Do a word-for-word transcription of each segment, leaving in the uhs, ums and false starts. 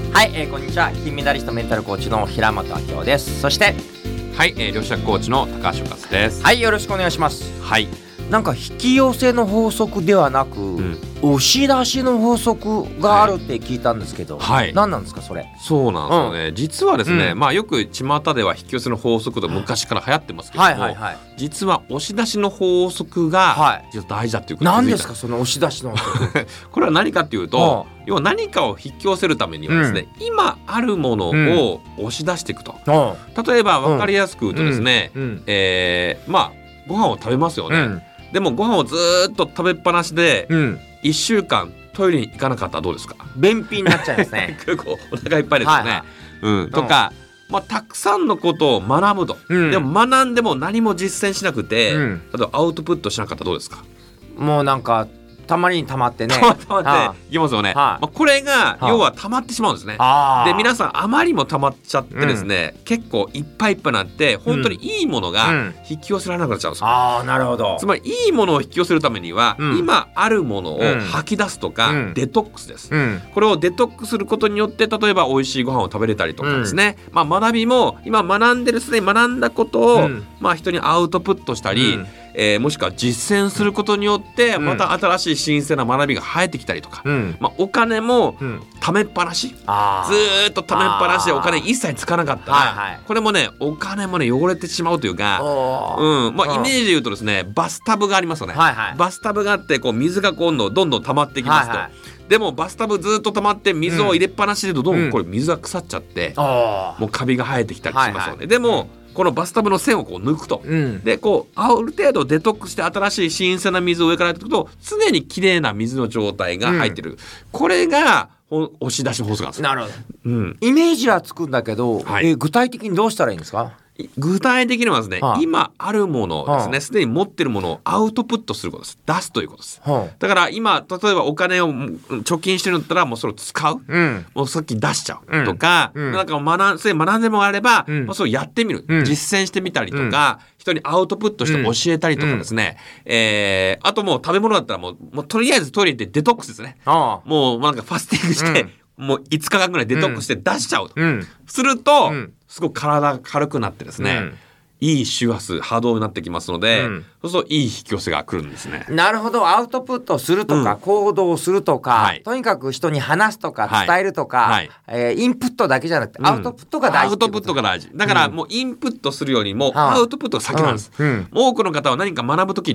はい、えー、こんにちは。金メダリストメンタルコーチの平本明夫です。そしてはい、えー、両者コーチの高橋和です。 はい、よろしくお願いします。 はい、 なんか引き寄せの法則ではなく、うん、押し出しの法則があるって聞いたんですけど、はい、何なんですかそれ。 そうなんですよね、うん、実はですね、うん、まあよく巷では引き寄せの法則と昔から流行ってますけども、はいはいはい、実は押し出しの法則が実は大事だということなんですかその押し出しの法則これは何かというと、うん、要は何かを引き寄せるためにはですね、うん、今あるものを押し出していくと、うん、例えば分かりやすく言うとですね、うんうんえー、まあご飯を食べますよね、うん、でもご飯をずっと食べっぱなしで、うん、いっしゅうかんトイレに行かなかったらどうですか。 便秘になっちゃいますね結構お腹いっぱいですよね、はいはいうん、とか、うんまあ、たくさんのことを学ぶと、うん、でも学んでも何も実践しなくて、うん、例えばアウトプットしなかったらどうですか。 もうなんかたまりにたまってねたまたまっていきますよね、はあまあ、これが要はたまってしまうんですね。で皆さんあまりにもたまっちゃってですね、うん、結構いっぱいいっぱいになって本当にいいものが引き寄せられなくなっちゃうんですよ、うん、 あーなるほど。 つまりいいものを引き寄せるためには、うん、今あるものを吐き出すとか、うん、デトックスです、うん、これをデトックスすることによって例えば美味しいご飯を食べれたりとかですね、うんまあ、学びも今学んでるすでに学んだことを、うんまあ、人にアウトプットしたり、うんえー、もしくは実践することによってまた新しい新鮮な学びが生えてきたりとか、うんまあ、お金も貯めっぱなし、うん、ずーっと貯めっぱなしでお金一切つかなかったら、はいはい、これもねお金もね汚れてしまうというか、うんまあ、イメージで言うとですねバスタブがありますよね、はいはい、バスタブがあってこう水が今度どんどん溜まってきますと、はいはい、でもバスタブずっと溜まって水を入れっぱなしでどんどんこれ水が腐っちゃって、うん、もうカビが生えてきたりしますよね、はいはい、でもこのバスタブの線をこう抜くと、うん、でこうある程度デトックスして新しい新鮮な水を上からやっていくと常にきれいな水の状態が入ってる、うん、これが押し出しの法則なんです。 なるほど、うん、イメージはつくんだけど、はいえー、具体的にどうしたらいいんですか。 具体的にはですね、はあ、今あるものですね、すでに持ってるものをアウトプットすることです。出すということです、はあ、だから今例えばお金を貯金してるんだったらもうそれを使う、うん、もうさっき出しちゃうとか、うん、なんか学ん、それ学んでもあれば、うんまあ、それをやってみる、うん、実践してみたりとか、うん、人にアウトプットして教えたりとかですね、うんえー、あともう食べ物だったらもう、もうとりあえずトイレ行ってデトックスですね、はあ、もうなんかファスティングして、うんもういつかかんぐらいデトックスして出しちゃうと、うん、すると、うん、すごく体が軽くなってですね、うん、いい周波数波動になってきますので、うん、そうするといい引き寄せが来るんですね。 なるほど。アウトプットするとか、うん、行動するとか、はい、とにかく人に話すとか伝えるとか、はいえー、インプットだけじゃなくて、うん、アウトプットが大事。アウトプットが大事だからもうインプットするよりもアウトプットが先なんです、うんうん、多くの方は何か学ぶときって、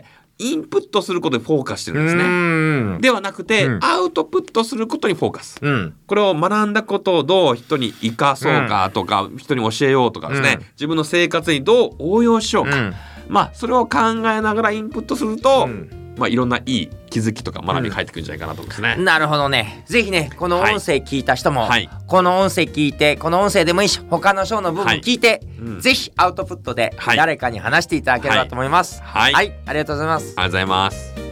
うんインプットすることでフォーカスしてるんですね。ではなくて、うん、アウトプットすることにフォーカス、うん、これを学んだことをどう人に生かそうかとか、うん、人に教えようとかですね、うん、自分の生活にどう応用しようか、うん、まあそれを考えながらインプットすると、うんまあ、いろんないい気づきとか学びが入ってくるんじゃないかなと思うんですね、 うん、なるほどね。ぜひねこの音声聞いた人も、はい、この音声聞いてこの音声でもいいし他の章の部分聞いて、はいうん、ぜひアウトプットで誰かに話していただければと思います。 はい、 はいはい、ありがとうございます。 ありがとうございます。